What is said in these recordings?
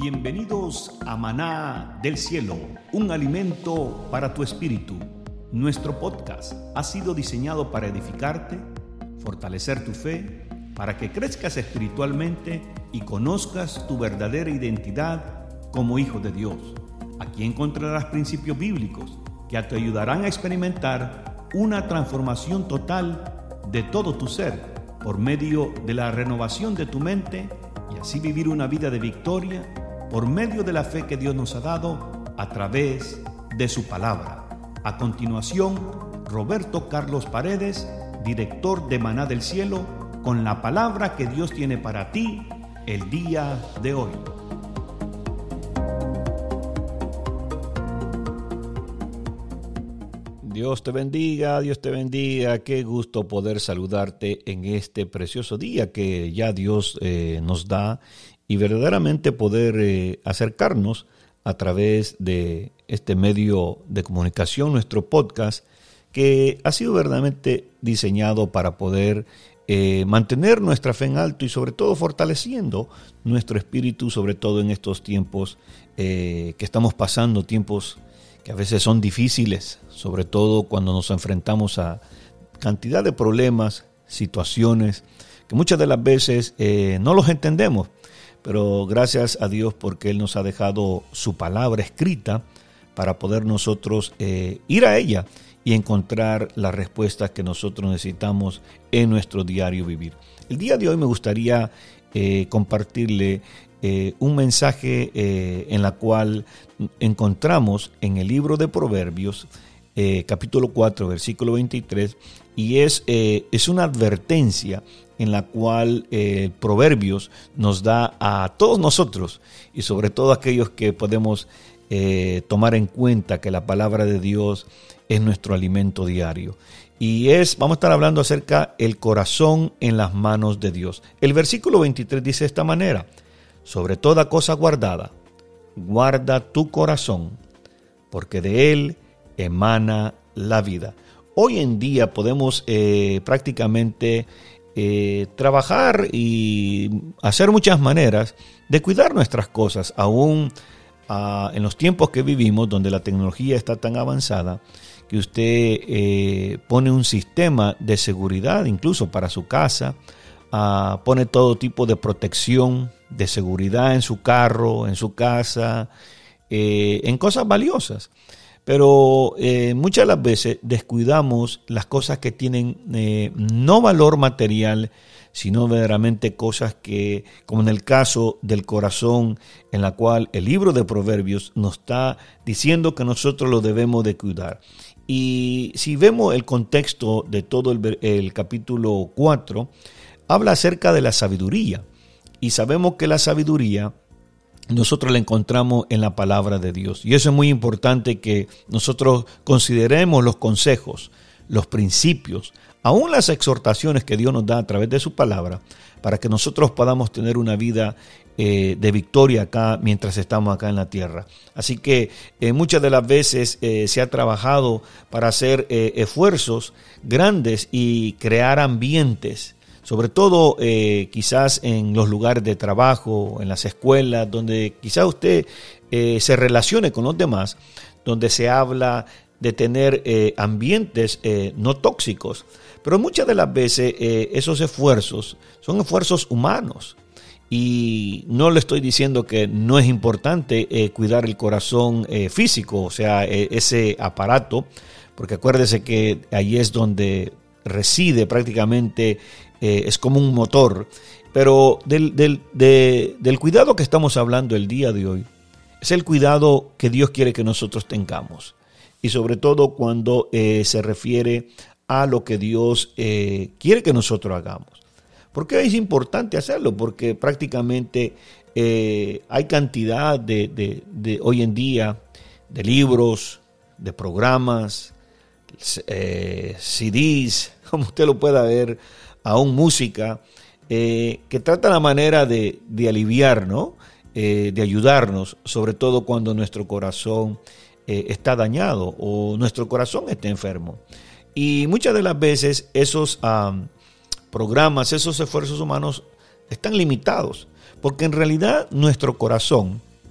Bienvenidos a Maná del Cielo, un alimento para tu espíritu. Nuestro podcast ha sido diseñado para edificarte, fortalecer tu fe, para que crezcas espiritualmente y conozcas tu verdadera identidad como hijo de Dios. Aquí encontrarás principios bíblicos que te ayudarán a experimentar una transformación total de todo tu ser por medio de la renovación de tu mente y así vivir una vida de victoria por medio de la fe que Dios nos ha dado a través de su palabra. A continuación, Roberto Carlos Paredes, director de Maná del Cielo, con la palabra que Dios tiene para ti el día de hoy. Dios te bendiga, qué gusto poder saludarte en este precioso día que ya Dios nos da y verdaderamente poder acercarnos a través de este medio de comunicación, nuestro podcast, que ha sido verdaderamente diseñado para poder mantener nuestra fe en alto y sobre todo fortaleciendo nuestro espíritu, sobre todo en estos tiempos que estamos pasando, tiempos que a veces son difíciles, sobre todo cuando nos enfrentamos a cantidad de problemas, situaciones, que muchas de las veces no los entendemos, pero gracias a Dios porque Él nos ha dejado su palabra escrita para poder nosotros ir a ella y encontrar las respuestas que nosotros necesitamos en nuestro diario vivir. El día de hoy me gustaría compartirle un mensaje en la cual encontramos en el libro de Proverbios, capítulo 4, versículo 23, y es una advertencia en la cual Proverbios nos da a todos nosotros y sobre todo a aquellos que podemos tomar en cuenta que la palabra de Dios es nuestro alimento diario. Y vamos a estar hablando acerca del corazón en las manos de Dios. El versículo 23 dice de esta manera: sobre toda cosa guardada, guarda tu corazón, porque de él emana la vida. Hoy en día podemos prácticamente trabajar y hacer muchas maneras de cuidar nuestras cosas, aún en los tiempos que vivimos, donde la tecnología está tan avanzada, que usted pone un sistema de seguridad incluso para su casa, pone todo tipo de protección de seguridad en su carro, en su casa, en cosas valiosas. Pero muchas de las veces descuidamos las cosas que tienen no valor material, sino verdaderamente cosas que, como en el caso del corazón, en la cual el libro de Proverbios nos está diciendo que nosotros lo debemos de cuidar. Y si vemos el contexto de todo el capítulo 4, habla acerca de la sabiduría. Y sabemos que la sabiduría nosotros la encontramos en la palabra de Dios. Y eso es muy importante, que nosotros consideremos los consejos, los principios, aún las exhortaciones que Dios nos da a través de su palabra, para que nosotros podamos tener una vida de victoria acá mientras estamos acá en la tierra. Así que muchas de las veces se ha trabajado para hacer esfuerzos grandes y crear ambientes, sobre todo quizás en los lugares de trabajo, en las escuelas, donde quizás usted se relacione con los demás, donde se habla de tener ambientes no tóxicos. Pero muchas de las veces esos esfuerzos son esfuerzos humanos. Y no le estoy diciendo que no es importante cuidar el corazón físico, o sea, ese aparato, porque acuérdese que ahí es donde reside prácticamente, es como un motor. Pero del cuidado que estamos hablando el día de hoy es el cuidado que Dios quiere que nosotros tengamos. Y sobre todo cuando se refiere a lo que Dios quiere que nosotros hagamos. ¿Por qué es importante hacerlo? Porque prácticamente hay cantidad de hoy en día de libros, de programas, CDs, como usted lo pueda ver, aún música, que trata la manera de aliviar, ¿no? De ayudarnos, sobre todo cuando nuestro corazón está dañado o nuestro corazón está enfermo. Y muchas de las veces esos programas, esos esfuerzos humanos están limitados, porque en realidad nuestro corazón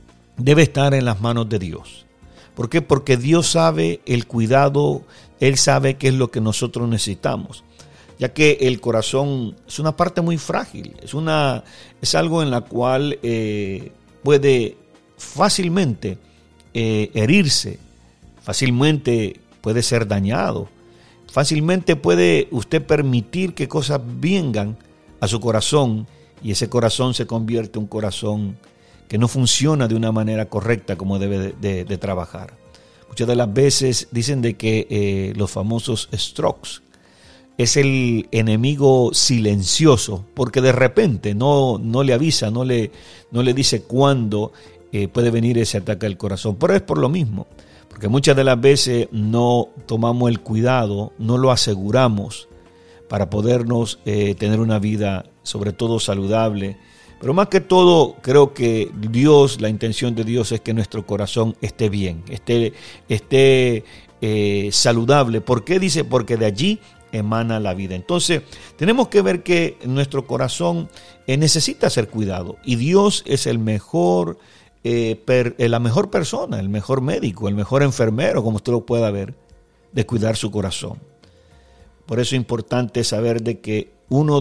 debe estar en las manos de Dios. ¿Por qué? Porque Dios sabe el cuidado, Él sabe qué es lo que nosotros necesitamos, ya que el corazón es una parte muy frágil, es algo en la cual puede fácilmente herirse, fácilmente puede ser dañado, fácilmente puede usted permitir que cosas vengan a su corazón y ese corazón se convierte en un corazón que no funciona de una manera correcta como debe de trabajar. Muchas de las veces dicen de que los famosos strokes es el enemigo silencioso, porque de repente no le avisa, no le dice cuándo puede venir ese ataque al corazón. Pero es por lo mismo, porque muchas de las veces no tomamos el cuidado, no lo aseguramos para podernos tener una vida sobre todo saludable. Pero más que todo, creo que la intención de Dios es que nuestro corazón esté bien, esté saludable. ¿Por qué? Dice, porque de allí emana la vida. Entonces, tenemos que ver que nuestro corazón necesita ser cuidado. Y Dios es la mejor persona, el mejor médico, el mejor enfermero, como usted lo pueda ver, de cuidar su corazón. Por eso es importante saber de que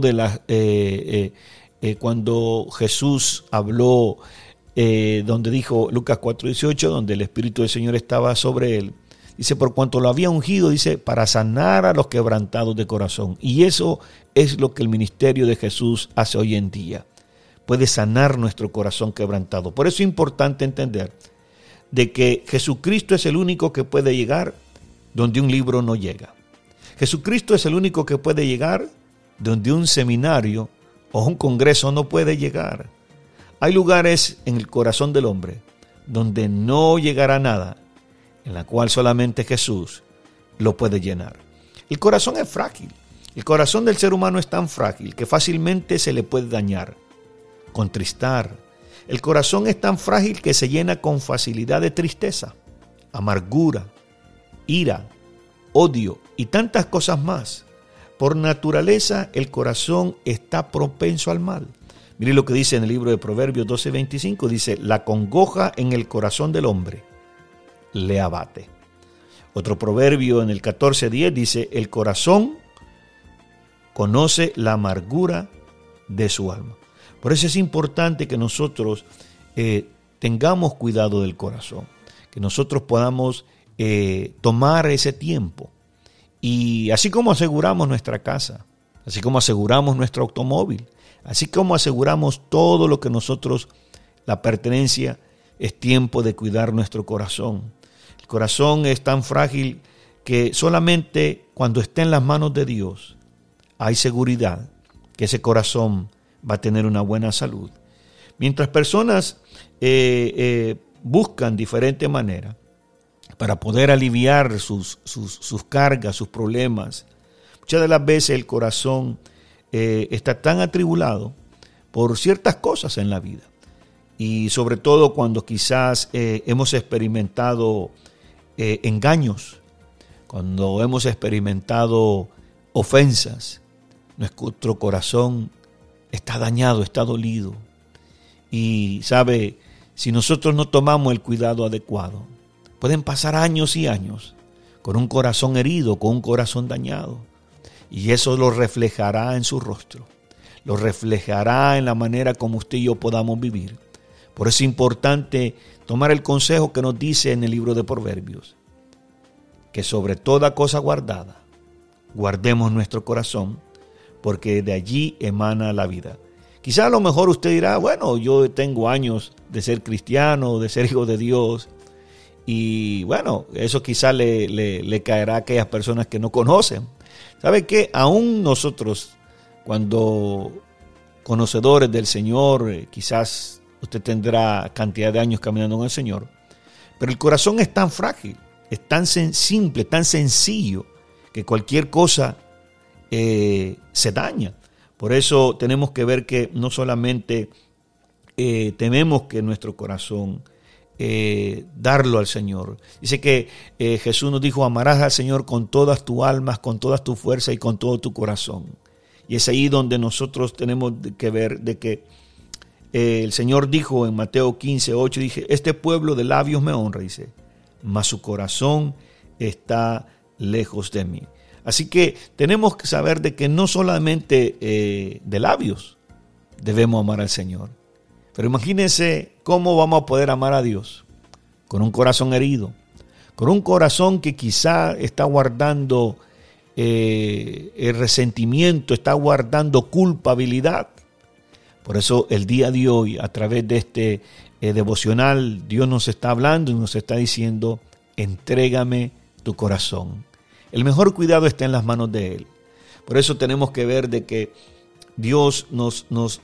cuando Jesús habló, donde dijo Lucas 4:18, donde el Espíritu del Señor estaba sobre él, dice, por cuanto lo había ungido, dice, para sanar a los quebrantados de corazón. Y eso es lo que el ministerio de Jesús hace hoy en día. Puede sanar nuestro corazón quebrantado. Por eso es importante entender de que Jesucristo es el único que puede llegar donde un libro no llega. Jesucristo es el único que puede llegar donde un seminario o un congreso no puede llegar. Hay lugares en el corazón del hombre donde no llegará nada, en la cual solamente Jesús lo puede llenar. El corazón es frágil. El corazón del ser humano es tan frágil que fácilmente se le puede dañar, contristar. El corazón es tan frágil que se llena con facilidad de tristeza, amargura, ira, odio y tantas cosas más. Por naturaleza, el corazón está propenso al mal. Mire lo que dice en el libro de Proverbios 12:25. Dice, la congoja en el corazón del hombre le abate. Otro proverbio en el 14:10 dice, el corazón conoce la amargura de su alma. Por eso es importante que nosotros tengamos cuidado del corazón, que nosotros podamos tomar ese tiempo. Y así como aseguramos nuestra casa, así como aseguramos nuestro automóvil, así como aseguramos todo lo que nosotros, la pertenencia, es tiempo de cuidar nuestro corazón. El corazón es tan frágil que solamente cuando esté en las manos de Dios hay seguridad que ese corazón va a tener una buena salud. Mientras personas buscan diferentes maneras para poder aliviar sus cargas, sus problemas, muchas de las veces el corazón está tan atribulado por ciertas cosas en la vida. Y sobre todo cuando quizás hemos experimentado engaños, cuando hemos experimentado ofensas, nuestro corazón está dañado, está dolido. Y sabe, si nosotros no tomamos el cuidado adecuado, pueden pasar años y años con un corazón herido, con un corazón dañado. Y eso lo reflejará en su rostro, lo reflejará en la manera como usted y yo podamos vivir. Por eso es importante tomar el consejo que nos dice en el libro de Proverbios, que sobre toda cosa guardada, guardemos nuestro corazón, porque de allí emana la vida. Quizá a lo mejor usted dirá, bueno, yo tengo años de ser cristiano, de ser hijo de Dios, y bueno, eso quizá le caerá a aquellas personas que no conocen. ¿Sabe qué? Aún nosotros, cuando conocedores del Señor, quizás usted tendrá cantidad de años caminando con el Señor, pero el corazón es tan frágil, es tan simple, tan sencillo, que cualquier cosa se daña. Por eso tenemos que ver que no solamente tenemos que nuestro corazón darlo al Señor. Dice que Jesús nos dijo, amarás al Señor con todas tus almas, con todas tus fuerzas y con todo tu corazón. Y es ahí donde nosotros tenemos que ver de que el Señor dijo en Mateo 15:8, dije, este pueblo de labios me honra, dice, mas su corazón está lejos de mí. Así que tenemos que saber de que no solamente de labios debemos amar al Señor. Pero imagínense cómo vamos a poder amar a Dios con un corazón herido, con un corazón que quizá está guardando el resentimiento, está guardando culpabilidad. Por eso el día de hoy, a través de este devocional, Dios nos está hablando y nos está diciendo, entrégame tu corazón. El mejor cuidado está en las manos de Él. Por eso tenemos que ver de que Dios nos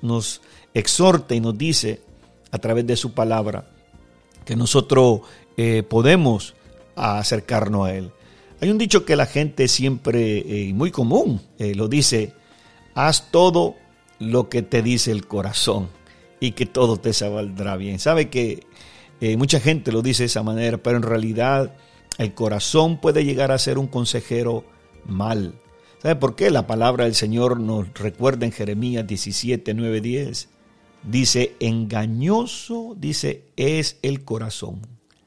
exhorta y nos dice a través de su palabra que nosotros podemos acercarnos a Él. Hay un dicho que la gente siempre, muy común, lo dice, haz todo lo que te dice el corazón y que todo te saldrá bien. Sabe que mucha gente lo dice de esa manera, pero en realidad el corazón puede llegar a ser un consejero mal. ¿Sabe por qué? La palabra del Señor nos recuerda en Jeremías 17, 9, 10. Dice, engañoso, dice, es el corazón,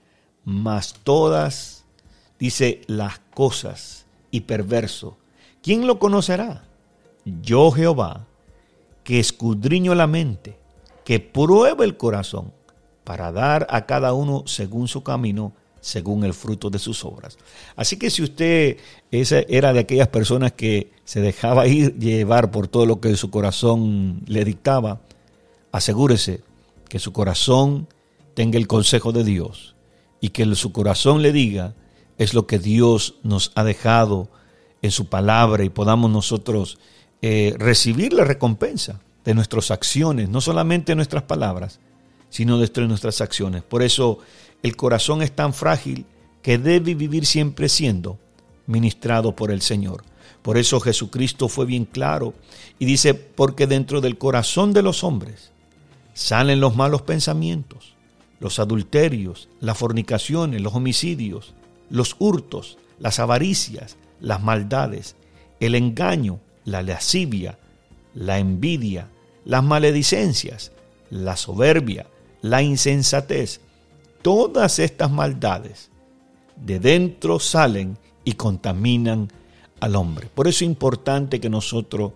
mas todas, dice, las cosas, y perverso. ¿Quién lo conocerá? Yo, Jehová, que escudriño la mente, que pruebe el corazón, para dar a cada uno según su camino, según el fruto de sus obras. Así que si usted era de aquellas personas que se dejaba llevar por todo lo que su corazón le dictaba, asegúrese que su corazón tenga el consejo de Dios y que su corazón le diga es lo que Dios nos ha dejado en su palabra y podamos nosotros recibir la recompensa de nuestras acciones, no solamente nuestras palabras, sino de nuestras acciones. Por eso el corazón es tan frágil que debe vivir siempre siendo ministrado por el Señor. Por eso Jesucristo fue bien claro y dice, porque dentro del corazón de los hombres salen los malos pensamientos, los adulterios, las fornicaciones, los homicidios, los hurtos, las avaricias, las maldades, el engaño, la lascivia, la envidia, las maledicencias, la soberbia, la insensatez. Todas estas maldades de dentro salen y contaminan al hombre. Por eso es importante que nosotros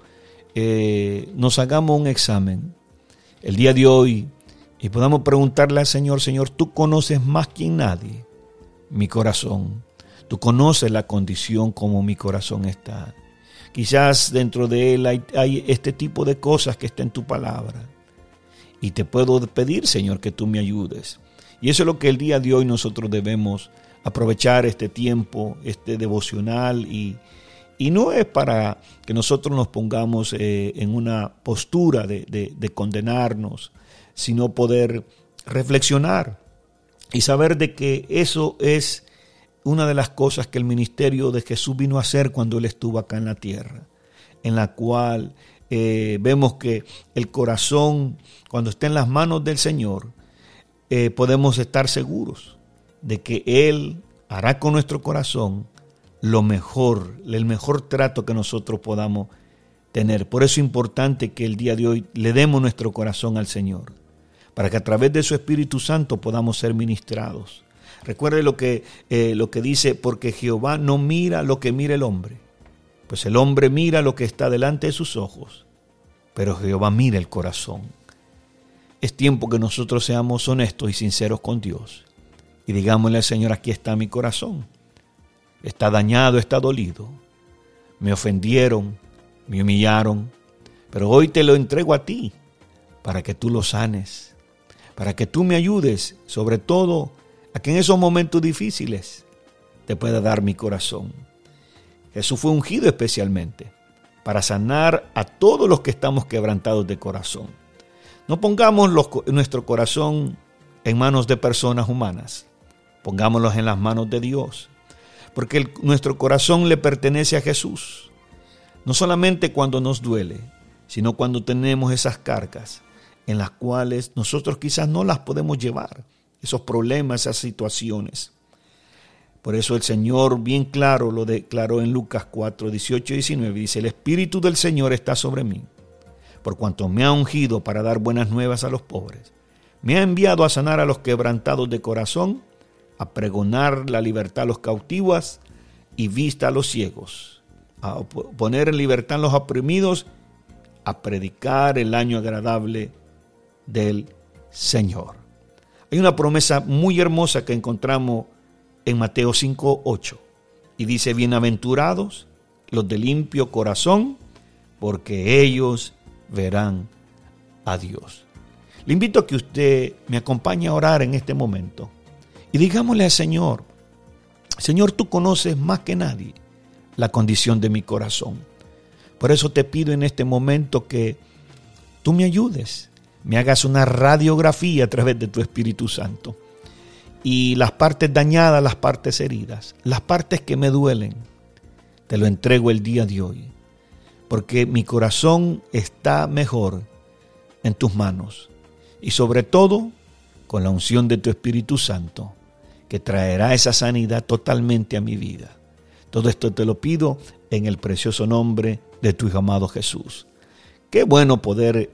nos hagamos un examen el día de hoy y podamos preguntarle al Señor, Señor, tú conoces más que nadie mi corazón. Tú conoces la condición como mi corazón está. Quizás dentro de él hay este tipo de cosas que está en tu palabra. Y te puedo pedir, Señor, que tú me ayudes. Y eso es lo que el día de hoy nosotros debemos aprovechar este tiempo, este devocional. Y no es para que nosotros nos pongamos en una postura de condenarnos, sino poder reflexionar y saber de que eso es una de las cosas que el ministerio de Jesús vino a hacer cuando Él estuvo acá en la tierra, en la cual vemos que el corazón, cuando está en las manos del Señor, podemos estar seguros de que Él hará con nuestro corazón lo mejor, el mejor trato que nosotros podamos tener. Por eso es importante que el día de hoy le demos nuestro corazón al Señor, para que a través de su Espíritu Santo podamos ser ministrados. Recuerde lo que dice, porque Jehová no mira lo que mira el hombre, pues el hombre mira lo que está delante de sus ojos, pero Jehová mira el corazón. Es tiempo que nosotros seamos honestos y sinceros con Dios y digámosle al Señor, aquí está mi corazón, está dañado, está dolido, me ofendieron, me humillaron, pero hoy te lo entrego a ti para que tú lo sanes, para que tú me ayudes, sobre todo a que en esos momentos difíciles te pueda dar mi corazón. Jesús fue ungido especialmente para sanar a todos los que estamos quebrantados de corazón. No pongamos nuestro corazón en manos de personas humanas, pongámoslos en las manos de Dios, porque nuestro corazón le pertenece a Jesús. No solamente cuando nos duele, sino cuando tenemos esas cargas en las cuales nosotros quizás no las podemos llevar, esos problemas, esas situaciones. Por eso el Señor bien claro lo declaró en Lucas 4, 18 y 19. Dice, el Espíritu del Señor está sobre mí, por cuanto me ha ungido para dar buenas nuevas a los pobres. Me ha enviado a sanar a los quebrantados de corazón, a pregonar la libertad a los cautivos y vista a los ciegos, a poner en libertad a los oprimidos, a predicar el año agradable del Señor. Hay una promesa muy hermosa que encontramos en Mateo 5:8 y dice: bienaventurados los de limpio corazón, porque ellos verán a Dios. Le invito a que usted me acompañe a orar en este momento y digámosle al Señor: Señor, tú conoces más que nadie la condición de mi corazón. Por eso te pido en este momento que tú me ayudes, me hagas una radiografía a través de tu Espíritu Santo. Y las partes dañadas, las partes heridas, las partes que me duelen, te lo entrego el día de hoy. Porque mi corazón está mejor en tus manos. Y sobre todo, con la unción de tu Espíritu Santo, que traerá esa sanidad totalmente a mi vida. Todo esto te lo pido en el precioso nombre de tu Hijo amado Jesús. Qué bueno poder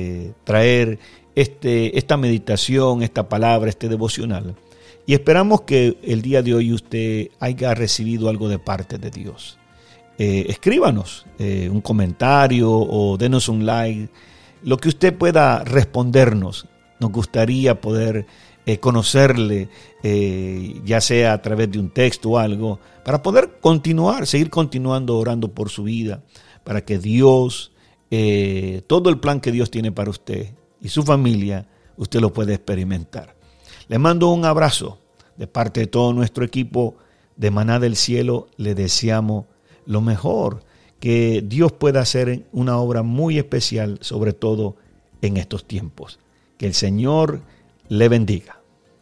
traer esta meditación, esta palabra, este devocional. Y esperamos que el día de hoy usted haya recibido algo de parte de Dios. Escríbanos un comentario o denos un like, lo que usted pueda respondernos. Nos gustaría poder conocerle, ya sea a través de un texto o algo, para poder seguir continuando orando por su vida, para que Dios, todo el plan que Dios tiene para usted y su familia, usted lo puede experimentar. Le mando un abrazo de parte de todo nuestro equipo de Maná del Cielo. Le deseamos lo mejor, que Dios pueda hacer una obra muy especial, sobre todo en estos tiempos. Que el Señor le bendiga.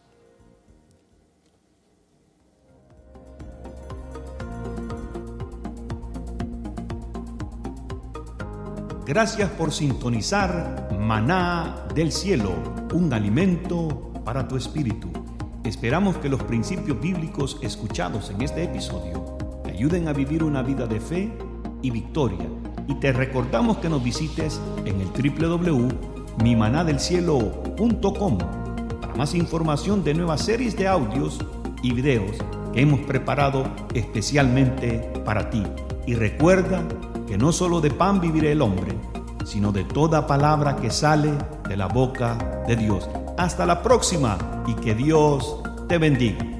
Gracias por sintonizar Maná del Cielo, un alimento para tu espíritu. Esperamos que los principios bíblicos escuchados en este episodio te ayuden a vivir una vida de fe y victoria. Y te recordamos que nos visites en el www.mimanadelcielo.com para más información de nuevas series de audios y videos que hemos preparado especialmente para ti. Y recuerda que no solo de pan vivirá el hombre, sino de toda palabra que sale de la boca de Dios. Hasta la próxima y que Dios te bendiga.